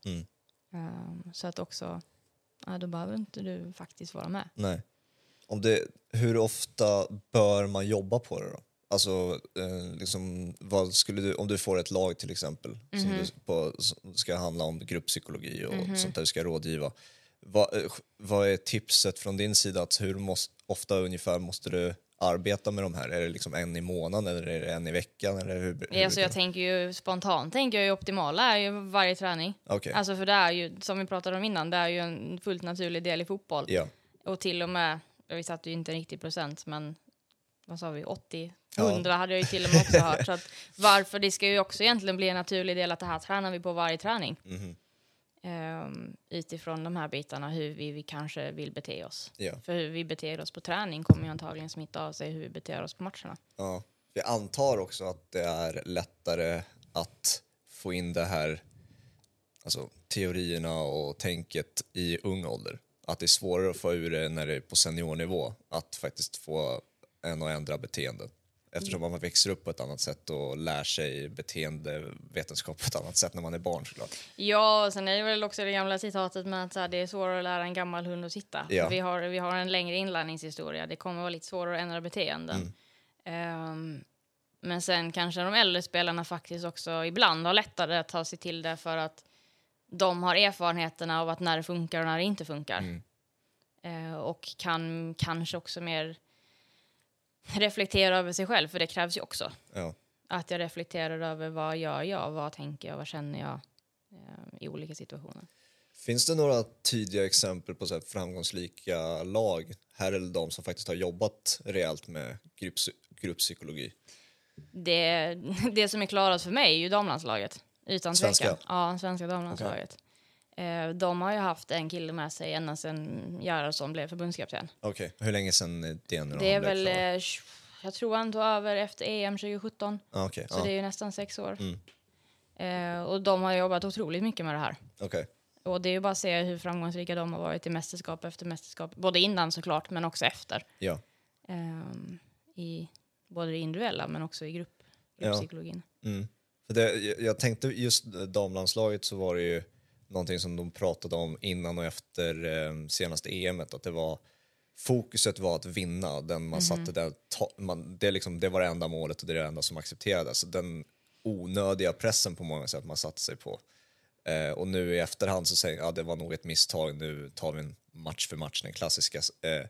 Så att också, då behöver inte du faktiskt vara med. Nej. Hur ofta bör man jobba på det då? Alltså, liksom, vad skulle du, om du får ett lag till exempel som ska handla om grupppsykologi och sånt där du ska rådgiva. Vad är tipset från din sida? Att hur ofta ungefär måste du arbeta med de här? Är det liksom en i månaden eller är det en i veckan? Eller hur alltså jag tänker ju spontant, optimala är ju varje träning. Okay. Alltså för det är ju, som vi pratade om innan, det är ju en fullt naturlig del i fotboll. Ja. Och till och med, vi satte ju inte 90%, men vad sa vi, 80-100 hade jag ju till och med också hört. Så att varför det ska ju också egentligen bli en naturlig del att det här tränar vi på varje träning. Utifrån de här bitarna, hur vi kanske vill bete oss. För hur vi beter oss på träning kommer ju antagligen smitta av sig hur vi beter oss på matcherna. Ja, jag antar också att det är lättare att få in det här, alltså teorierna och tänket i ung ålder. Att det är svårare att få ur det när det är på seniornivå, att faktiskt få en att ändra beteenden. Eftersom man växer upp på ett annat sätt och lär sig beteendevetenskap på ett annat sätt när man är barn, såklart. Ja, och sen är det väl också det gamla citatet med att så här, det är svårare att lära en gammal hund att sitta. Ja. Vi har en längre inlärningshistoria. Det kommer vara lite svårare att ändra beteenden. Men sen kanske de äldre spelarna faktiskt också ibland har lättare att ta sig till det, för att de har erfarenheterna av att när det funkar och när det inte funkar. Och kan kanske också mer reflektera över sig själv, för det krävs ju också. Ja. Att jag reflekterar över vad gör jag, vad tänker jag, vad känner jag i olika situationer. Finns det några tydliga exempel på så här framgångsrika lag, här eller de som faktiskt har jobbat rejält med grupppsykologi? Det som är klarast för mig är ju damlandslaget. Utan svenska? Ja, svenska damlandslaget. Okay. De har ju haft en kille med sig ända sedan Göransson blev förbundskapten. Okej, hur länge sedan är det nu? Det är väl, jag tror han tog över efter EM 2017. Okay. Så det är ju nästan 6 år. Och de har jobbat otroligt mycket med det här. Okay. Och det är ju bara att se hur framgångsrika de har varit i mästerskap efter mästerskap. Både innan såklart, men också efter. Ja. I både det individuella, men också i grupppsykologin. Ja. Mm. Jag tänkte just damlandslaget, så var det ju någonting som de pratade om innan och efter senaste EMet, att fokuset var att vinna. Den man satte där, det var det enda målet och det är det enda som accepterades. Så den onödiga pressen på många sätt man satte sig på. Och nu i efterhand så säger jag, det var nog ett misstag, nu tar vi en match för match, den klassiska.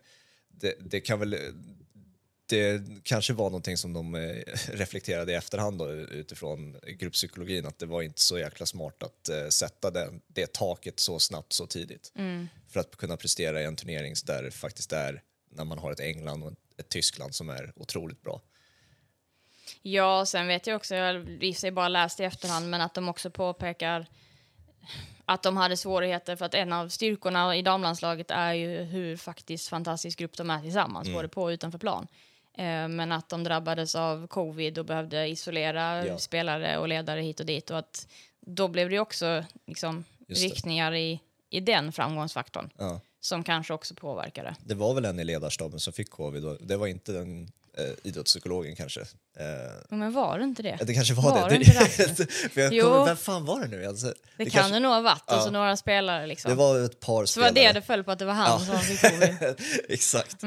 Det kanske var någonting som de reflekterade i efterhand då, utifrån grupppsykologin, att det var inte så jäkla smart att sätta det taket så snabbt så tidigt. För att kunna prestera i en turnering där det faktiskt är, när man har ett England och ett Tyskland som är otroligt bra. Ja, sen vet jag också, jag i sig bara läst i efterhand, men att de också påpekar att de hade svårigheter, för att en av styrkorna i damlandslaget är ju hur faktiskt fantastisk grupp de är tillsammans, både på och utanför plan. Men att de drabbades av covid och behövde isolera spelare och ledare hit och dit, och att då blev det också liksom riktningar i den framgångsfaktorn som kanske också påverkade. Det var väl en i ledarstaben som fick covid, och det var inte den idrottspsykologen kanske. Men var det inte det? Det kanske var det. Vem fan var det nu? Alltså, det kan kanske... det nog ha varit. Alltså några spelare liksom. Det var ett par spelare. Så var det föll på att det var han som fick covid. Exakt.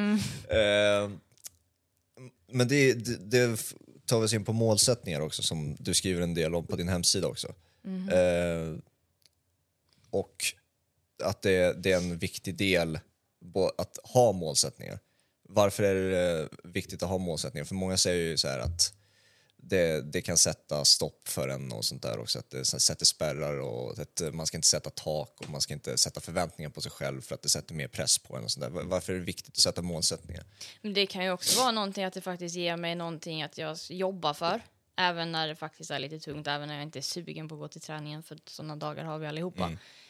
Men det tar vi oss in på målsättningar också, som du skriver en del om på din hemsida också. Och att det är en viktig del att ha målsättningar. Varför är det viktigt att ha målsättningar? För många säger ju så här att det kan sätta stopp för en och sånt där också, att det sätter spärrar och att man ska inte sätta tak och man ska inte sätta förväntningar på sig själv för att det sätter mer press på en och sånt där. Varför är det viktigt att sätta målsättningar? Det kan ju också vara någonting att det faktiskt ger mig någonting att jag jobbar för, även när det faktiskt är lite tungt, även när jag inte är sugen på att gå till träningen, för sådana dagar har vi allihopa.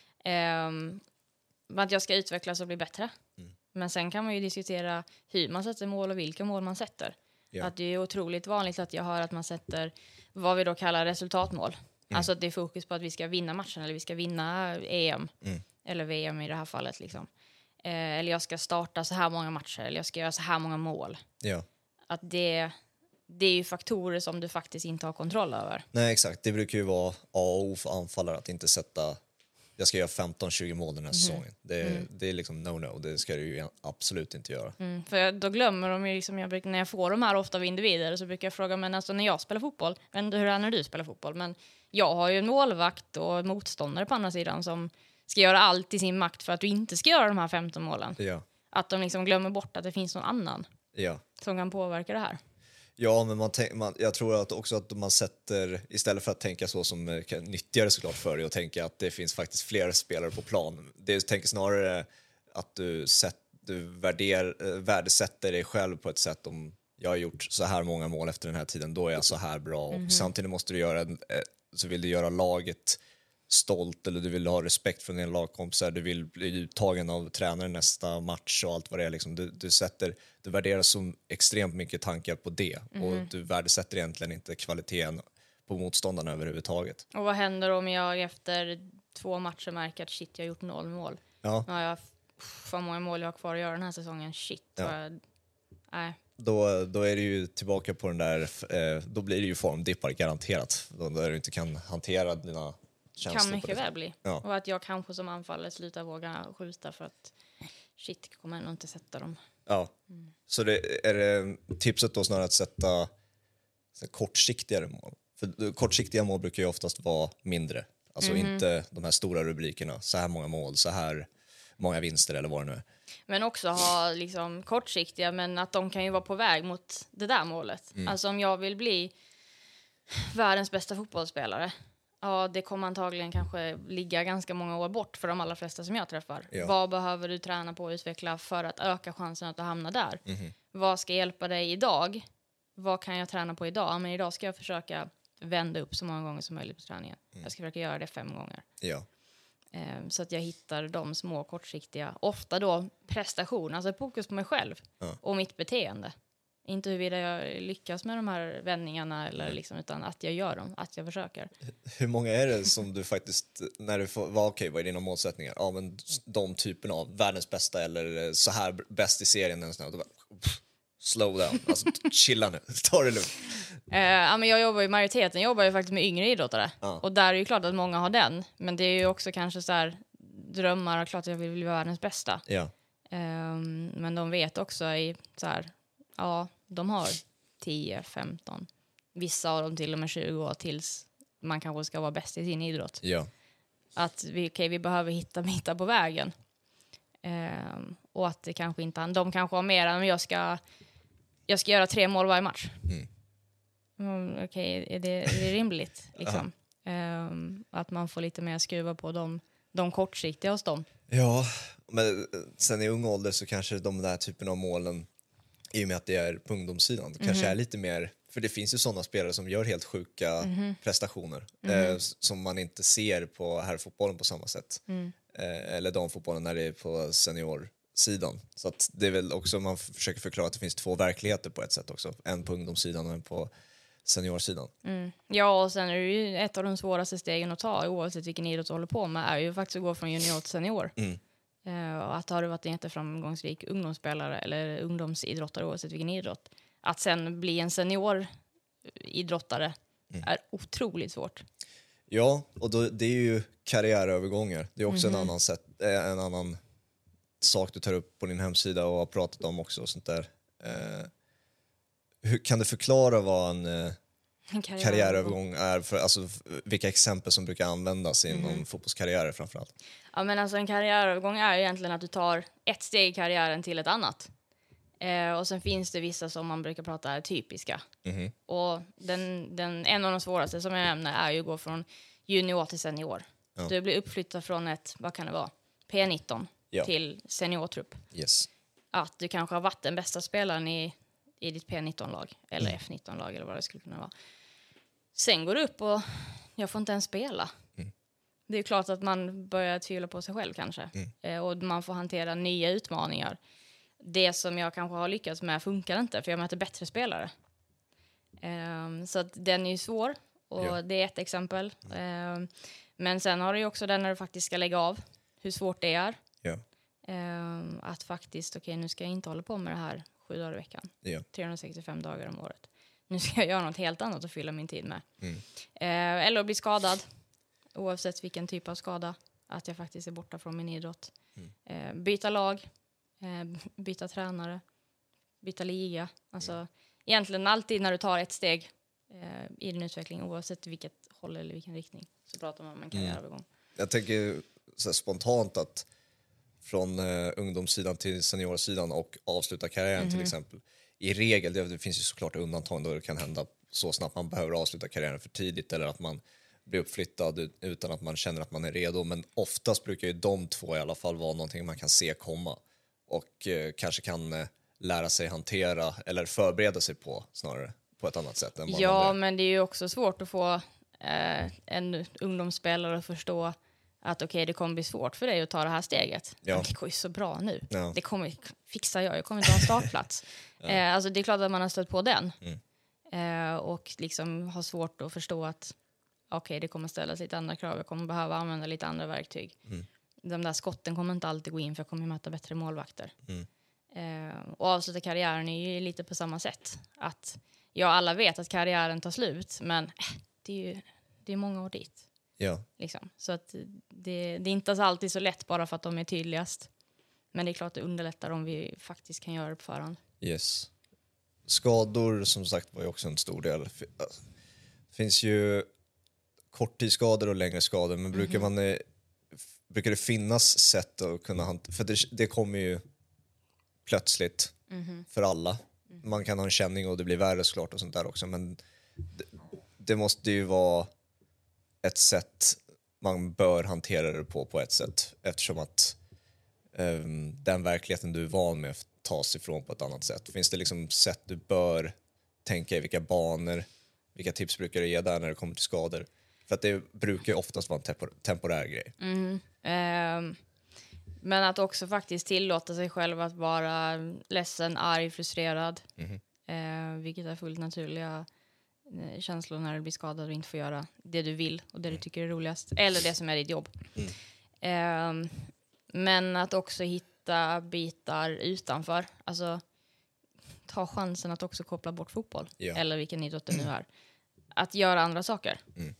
Att jag ska utvecklas och bli bättre. Men sen kan man ju diskutera hur man sätter mål och vilka mål man sätter. Ja. Att det är otroligt vanligt att jag hör att man sätter vad vi då kallar resultatmål. Alltså att det är fokus på att vi ska vinna matchen, eller vi ska vinna EM. Eller VM i det här fallet liksom. Eller jag ska starta så här många matcher, eller jag ska göra så här många mål. Ja. Att det är ju faktorer som du faktiskt inte har kontroll över. Nej, exakt. Det brukar ju vara A och O för anfallare att inte sätta, jag ska göra 15-20 mål den här säsongen. Det är liksom no. Det ska du ju absolut inte göra. För då glömmer de ju liksom, när jag får de här ofta av individer, så brukar jag fråga, men alltså när jag spelar fotboll, jag vet inte hur det är när du spelar fotboll, men jag har ju en målvakt och motståndare på andra sidan som ska göra allt i sin makt för att du inte ska göra de här 15 målen. Ja. Att de liksom glömmer bort att det finns någon annan som kan påverka det här. Ja, men jag tror att också att man sätter, istället för att tänka så som nyttigare såklart för dig, och tänka att det finns faktiskt fler spelare på plan. Det tänker snarare att du värdesätter dig själv på ett sätt, om jag har gjort så här många mål efter den här tiden, då är jag så här bra. Och samtidigt måste du så vill du göra laget stolt, eller du vill ha respekt från dina lagkompisar, du vill bli uttagen av tränaren nästa match och allt vad det är liksom. Du värderar så extremt mycket tankar på det, och du värdesätter egentligen inte kvaliteten på motståndarna överhuvudtaget. Och vad händer om jag efter 2 matcher märker att shit, jag har gjort 0 mål? Ja. Nu har jag vad många mål jag har kvar att göra den här säsongen. Shit. Nej. Då är det ju tillbaka på den där, då blir det ju formdippar garanterat, där du inte kan hantera dina känslor. Kan mycket väl bli. Ja. Och att jag kanske som anfallare slutar våga skjuta för att shit, kommer jag nog inte sätta dem. Ja, så det är tipset då snarare att sätta kortsiktigare mål. För kortsiktiga mål brukar ju oftast vara mindre. Alltså inte de här stora rubrikerna, så här många mål, så här många vinster eller vad det nu är. Men också ha liksom kortsiktiga, men att de kan ju vara på väg mot det där målet. Alltså om jag vill bli världens bästa fotbollsspelare, ja, det kommer antagligen kanske ligga ganska många år bort för de allra flesta som jag träffar. Ja. Vad behöver du träna på att utveckla för att öka chansen att du hamnar där? Vad ska hjälpa dig idag? Vad kan jag träna på idag? Men idag ska jag försöka vända upp så många gånger som möjligt på träningen. Jag ska försöka göra det 5 gånger. Ja. Så att jag hittar de små kortsiktiga, ofta då prestation, alltså fokus på mig själv och mitt beteende. Inte huruvida jag lyckas med de här vändningarna eller liksom, utan att jag gör dem, att jag försöker. Hur många är det som du faktiskt, när du får vara okej, vad är dina målsättningar? Ja, men de typerna av världens bästa eller så här bäst i serien eller sånt, slow down, alltså chilla nu, ta det lugnt. Ja, men jag jobbar i majoriteten, jobbar ju faktiskt med yngre idrottare. Ja. Och där är ju klart att många har den. Men det är ju också kanske så här drömmar, och klart att jag vill bli världens bästa. Ja. Men de vet också i så här, ja, de har 10, 15. Vissa av dem till och med 20 år tills man kanske ska vara bäst i sin idrott. Ja. Att vi behöver hitta på vägen. Och att det kanske inte, de kanske har mer än jag ska göra 3 mål varje match. Okej, är det rimligt? Liksom? Att man får lite mer skruva på de kortsiktiga hos dem. Ja, men sen i ung ålder så kanske de där typen av målen, i och med att det är på ungdomssidan, kanske är lite mer, för det finns ju sådana spelare som gör helt sjuka prestationer som man inte ser på herrfotbollen på samma sätt. Eller damfotbollen när det är på seniorsidan. Så att det är väl också, man försöker förklara att det finns 2 verkligheter på ett sätt också. En på ungdomssidan och en på seniorsidan. Ja, och sen är det ju ett av de svåraste stegen att ta, oavsett vilken idrott du håller på med, är ju faktiskt att gå från junior till senior. Och att har du varit en jätteframgångsrik ungdomsspelare eller ungdomsidrottare, oavsett vilken idrott, att sen bli en senioridrottare är otroligt svårt. Ja, och då, det är ju karriärövergångar. Det är också en annan sak du tar upp på din hemsida och har pratat om också och sånt där. Hur kan du förklara vad en karriärövergång är för, alltså vilka exempel som brukar användas inom fotbollskarriärer framförallt? Ja, men alltså en karriärövergång är egentligen att du tar ett steg i karriären till ett annat. Och sen finns det vissa som man brukar prata är typiska. Och en av de svåraste som jag nämner är ju att gå från junior till senior. Ja. Du blir uppflyttad från ett, vad kan det vara, P19 till seniortrupp. Yes. Att du kanske har varit den bästa spelaren i ditt P19-lag eller F19-lag eller vad det skulle kunna vara. Sen går du upp och jag får inte ens spela. Det är ju klart att man börjar tvivla på sig själv kanske. Och man får hantera nya utmaningar. Det som jag kanske har lyckats med funkar inte, för jag möter bättre spelare. Så att den är ju svår, och det är ett exempel. Men sen har du ju också den när du faktiskt ska lägga av, hur svårt det är. Att faktiskt, okej, nu ska jag inte hålla på med det här 7 dagar i veckan. 365 dagar om året. Nu ska jag göra något helt annat att fylla min tid med. Eller att bli skadad, oavsett vilken typ av skada. Att jag faktiskt är borta från min idrott. Byta lag, byta tränare, byta liga. Alltså egentligen alltid när du tar ett steg i din utveckling, oavsett vilket håll eller vilken riktning, så pratar man om en karriärövergång. Jag tänker så här spontant att från ungdomssidan till seniorsidan och avsluta karriären till exempel. I regel, det finns ju såklart undantag då det kan hända så snabbt man behöver avsluta karriären för tidigt eller att man blir uppflyttad utan att man känner att man är redo. Men oftast brukar ju de 2 i alla fall vara någonting man kan se komma och kanske kan lära sig hantera eller förbereda sig på snarare på ett annat sätt. Än men det är ju också svårt att få en ungdomsspelare att förstå att okej, det kommer bli svårt för dig att ta det här steget. Men det går ju så bra nu. Det kommer fixa jag kommer inte ha en startplats. Alltså det är klart att man har stött på den. Och liksom har svårt att förstå att okej, det kommer ställas lite andra krav. Jag kommer behöva använda lite andra verktyg. De där skotten kommer inte alltid gå in, för jag kommer möta bättre målvakter. Och avsluta karriären är ju lite på samma sätt. Att alla vet att karriären tar slut, men det är många år dit. Liksom. Så att det är inte alltid så lätt bara för att de är tydligast. Men det är klart att det underlättar om vi faktiskt kan göra det på förhand. Yes. Skador som sagt var ju också en stor del. Det finns ju korttidsskador och längre skador, men brukar det finnas sätt att kunna hantera, för det kommer ju plötsligt för alla. Man kan ha en känning och det blir värre såklart och sånt där också, men det måste ju vara ett sätt man bör hantera det på ett sätt, eftersom att den verkligheten du är van med tas ifrån på ett annat sätt. Finns det liksom sätt du bör tänka i, vilka banor, vilka tips brukar du ge där när det kommer till skador? För att det brukar ju oftast vara en temporär grej. Men att också faktiskt tillåta sig själv att vara ledsen, arg, frustrerad. Vilket är fullt naturliga känslor när du blir skadad och inte får göra det du vill och det du tycker är roligast. Eller det som är ditt jobb. Men att också hitta bitar utanför. Alltså ta chansen att också koppla bort fotboll. Ja. Eller vilken idrott det nu är. Att göra andra saker.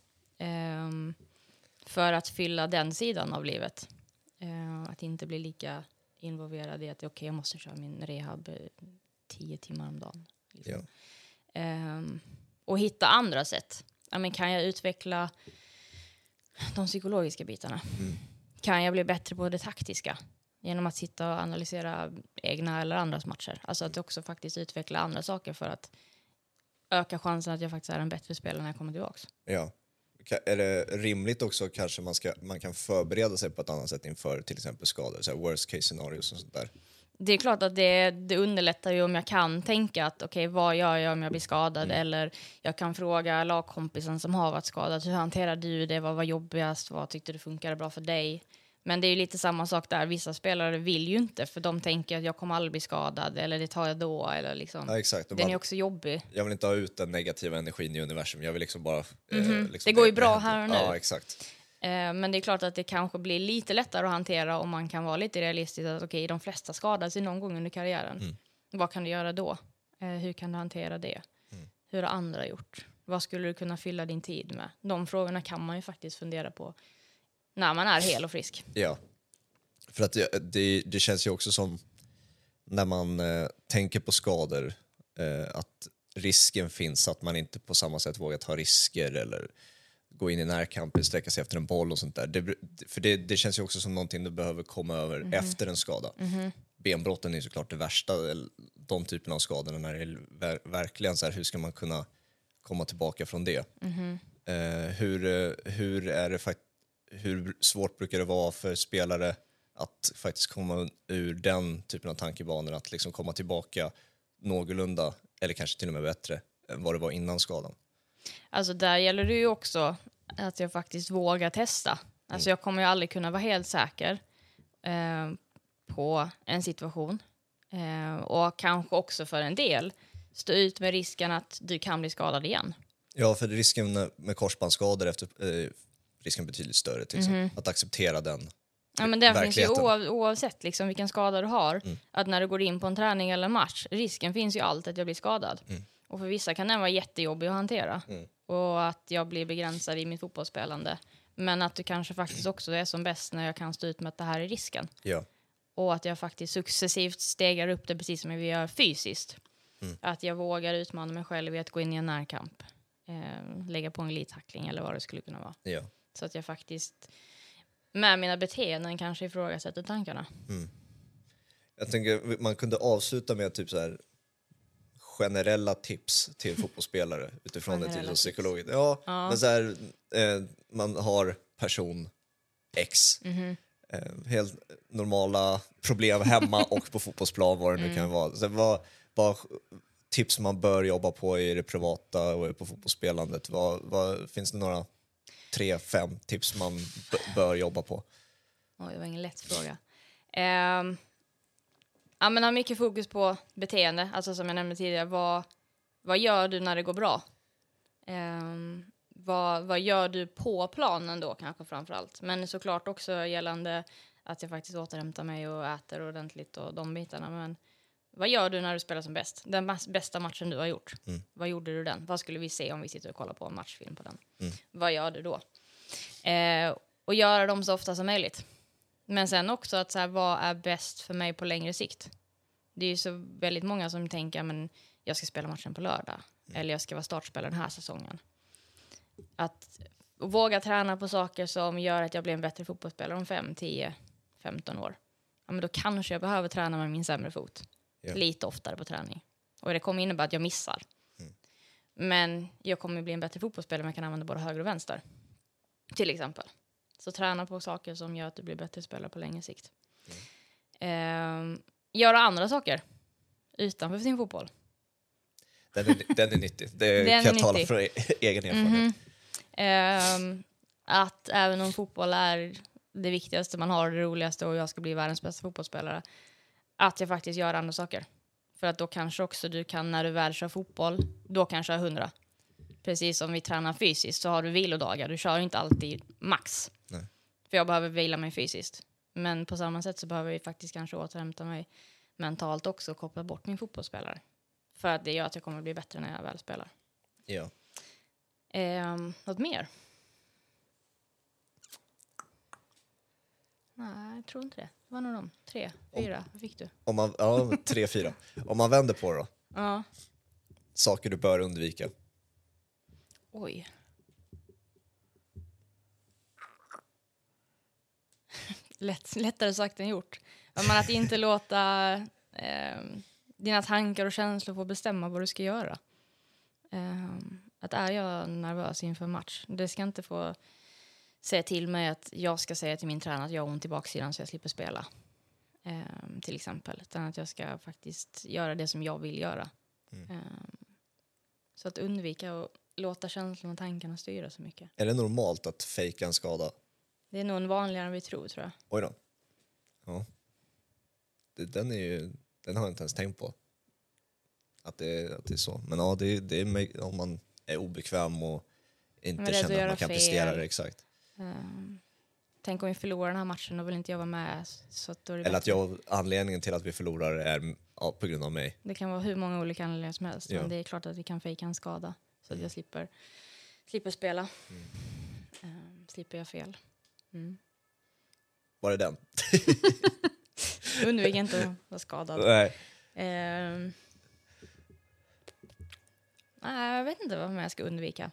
För att fylla den sidan av livet. Att inte bli lika involverad i att okej, jag måste köra min rehab 10 timmar om dagen. Liksom. Och hitta andra sätt. Ja, men kan jag utveckla de psykologiska bitarna? Kan jag bli bättre på det taktiska? Genom att sitta och analysera egna eller andras matcher. Alltså att också faktiskt utveckla andra saker för att öka chansen att jag faktiskt är en bättre spelare när jag kommer tillbaka. Ja. Är det rimligt också kanske man kan förbereda sig på ett annat sätt inför till exempel skador, så här worst case scenarios och sånt där? Det är klart att det underlättar ju om jag kan tänka att okej, vad gör jag om jag blir skadad? Eller jag kan fråga lagkompisen som har varit skadad, hur hanterar du det? Vad var jobbigast? Vad tyckte du funkade bra för dig? Men det är ju lite samma sak där. Vissa spelare vill ju inte, för de tänker att jag kommer aldrig bli skadad, eller det tar jag då, eller liksom. Ja, exakt. Den är också jobbig. Jag vill inte ha ut den negativa energin i universum. Jag vill liksom bara... liksom det går ju bra här och nu. Ja, exakt. Men det är klart att det kanske blir lite lättare att hantera om man kan vara lite realistisk. Att okej, de flesta skadar sig någon gång under karriären. Vad kan du göra då? Hur kan du hantera det? Hur har andra gjort? Vad skulle du kunna fylla din tid med? De frågorna kan man ju faktiskt fundera på när man är hel och frisk. Ja, för att det känns ju också som när man tänker på skador att risken finns att man inte på samma sätt vågar ta risker eller gå in i närkamp, sträcka sig efter en boll och sånt där. För det känns ju också som någonting du behöver komma över efter en skada. Benbrotten är såklart det värsta, de typerna av skador när det är verkligen så här, hur ska man kunna komma tillbaka från det? Hur svårt brukar det vara för spelare att faktiskt komma ur den typen av tankebanor, att liksom komma tillbaka någorlunda eller kanske till och med bättre än vad det var innan skadan? Alltså där gäller det ju också att jag faktiskt vågar testa. Alltså jag kommer ju aldrig kunna vara helt säker på en situation. Och kanske också för en del stå ut med risken att du kan bli skadad igen. Ja, för risken med korsbandsskador efter risken betydligt större till exempel. Att acceptera den. Ja, men den finns ju oavsett liksom vilken skada du har. Att när du går in på en träning eller en match, risken finns ju alltid att jag blir skadad. Och för vissa kan den vara jättejobbig att hantera. Och att jag blir begränsad i mitt fotbollsspelande. Men att du kanske faktiskt också är som bäst när jag kan stå ut med att det här är risken. Ja. Och att jag faktiskt successivt stegar upp det precis som vi gör fysiskt. Att jag vågar utmana mig själv i att gå in i en närkamp. Lägga på en glidtackling eller vad det skulle kunna vara. Ja. Så att jag faktiskt med mina beteenden kanske ifrågasätter tankarna. Jag tänker man kunde avsluta med typ så här generella tips till fotbollsspelare utifrån det till psykologiskt. Ja, men så här, man har person X. Helt normala problem hemma och på fotbollsplan, vad det nu kan vara. Så vad tips man bör jobba på i det privata och på fotbollsspelandet? Finns det några 3-5 tips man bör jobba på? Det var ingen lätt fråga. Ja, men ha mycket fokus på beteende. Alltså som jag nämnde tidigare, vad gör du när det går bra? Vad gör du på planen då kanske framförallt? Men såklart också gällande att jag faktiskt återhämtar mig och äter ordentligt och de bitarna. Men vad gör du när du spelar som bäst? Den bästa matchen du har gjort. Vad gjorde du den? Vad skulle vi se om vi sitter och kollar på en matchfilm på den? Vad gör du då? Och göra dem så ofta som möjligt. Men sen också att så här, vad är bäst för mig på längre sikt? Det är ju så väldigt många som tänker men jag ska spela matchen på lördag. Eller jag ska vara startspelare den här säsongen. Att våga träna på saker som gör att jag blir en bättre fotbollsspelare om 5, 10, 15 år. Ja, men då kanske jag behöver träna med min sämre fot. Lite oftare på träning. Och det kommer innebära att jag missar. Men jag kommer bli en bättre fotbollsspelare om jag kan använda både höger och vänster. Till exempel. Så träna på saker som gör att du blir bättre spelare på längre sikt. Göra andra saker utanför sin fotboll. Den är nyttig. Det kan jag tala från egen erfarenhet. Att även om fotboll är det viktigaste man har, det roligaste och jag ska bli världens bästa fotbollsspelare, att jag faktiskt gör andra saker. För att då kanske också du kan, när du väl kör fotboll, då kan köra 100. Precis som vi tränar fysiskt så har du vilodagar. Du kör inte alltid max. Nej. För jag behöver vila mig fysiskt. Men på samma sätt så behöver jag faktiskt kanske återhämta mig mentalt också och koppla bort min fotbollsspelare. För att det gör att jag kommer att bli bättre när jag väl spelar. Ja. Något mer? Nej, jag tror inte det. Det var nog de. 3, 4. Vad fick du? 3, 4. Om man vänder på det då. Ja. Saker du bör undvika. Oj. Lättare sagt än gjort. Men att inte låta dina tankar och känslor få bestämma vad du ska göra. Att är jag nervös inför match, det ska inte få säga till mig att jag ska säga till min tränare att jag har ont i baksidan så jag slipper spela. Till exempel. Utan att jag ska faktiskt göra det som jag vill göra. Så att undvika och låta känslorna och tankarna styra så mycket. Är det normalt att fejka en skada? Det är nog vanligare än vi tror jag. Oj då. Ja. Den har jag inte ens tänkt på. Att det är så. Men ja, det är om man är obekväm och inte känner att man kan prestera det exakt. Tänk om vi förlorar den här matchen, då vill inte jag vara med. Så att då är det eller att anledningen till att vi förlorar är på grund av mig. Det kan vara hur många olika anledningar som helst. Ja. Men det är klart att vi kan fejka en skada. Så att jag slipper spela. Slipper jag fel. Var det den? Undvik inte att vara skadad. Nej. Nej, jag vet inte vad jag ska undvika.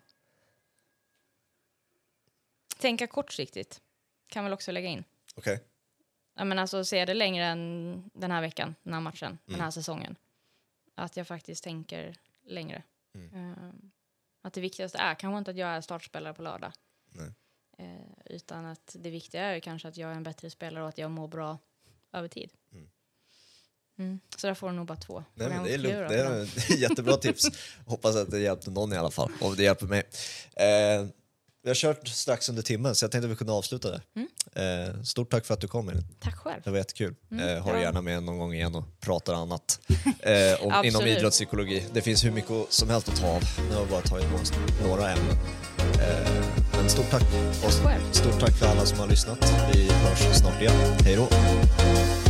Tänka kortsiktigt. Kan väl också lägga in. Okej. Okay. Ja, men alltså se det längre än den här veckan, den här matchen, den här säsongen. Att jag faktiskt tänker längre. Att det viktigaste är kanske inte att jag är startspelare på lördag. Nej. Utan att det viktiga är kanske att jag är en bättre spelare och att jag mår bra över tid. Så där får du nog bara 2. Nej, men det är lugnt. Det är jättebra tips. Hoppas att det hjälpte någon i alla fall. Om det hjälper mig. Vi har kört strax under timmen så jag tänkte att vi kunde avsluta det. Stort tack för att du kom, Elin. Tack själv. Det var jättekul. Har du gärna med någon gång igen och pratar annat inom idrottspsykologi. Det finns hur mycket som helst att ta av. Nu har vi bara tagit några ämnen. Men stort tack. Och stort tack för alla som har lyssnat. Vi hörs snart igen. Hej då.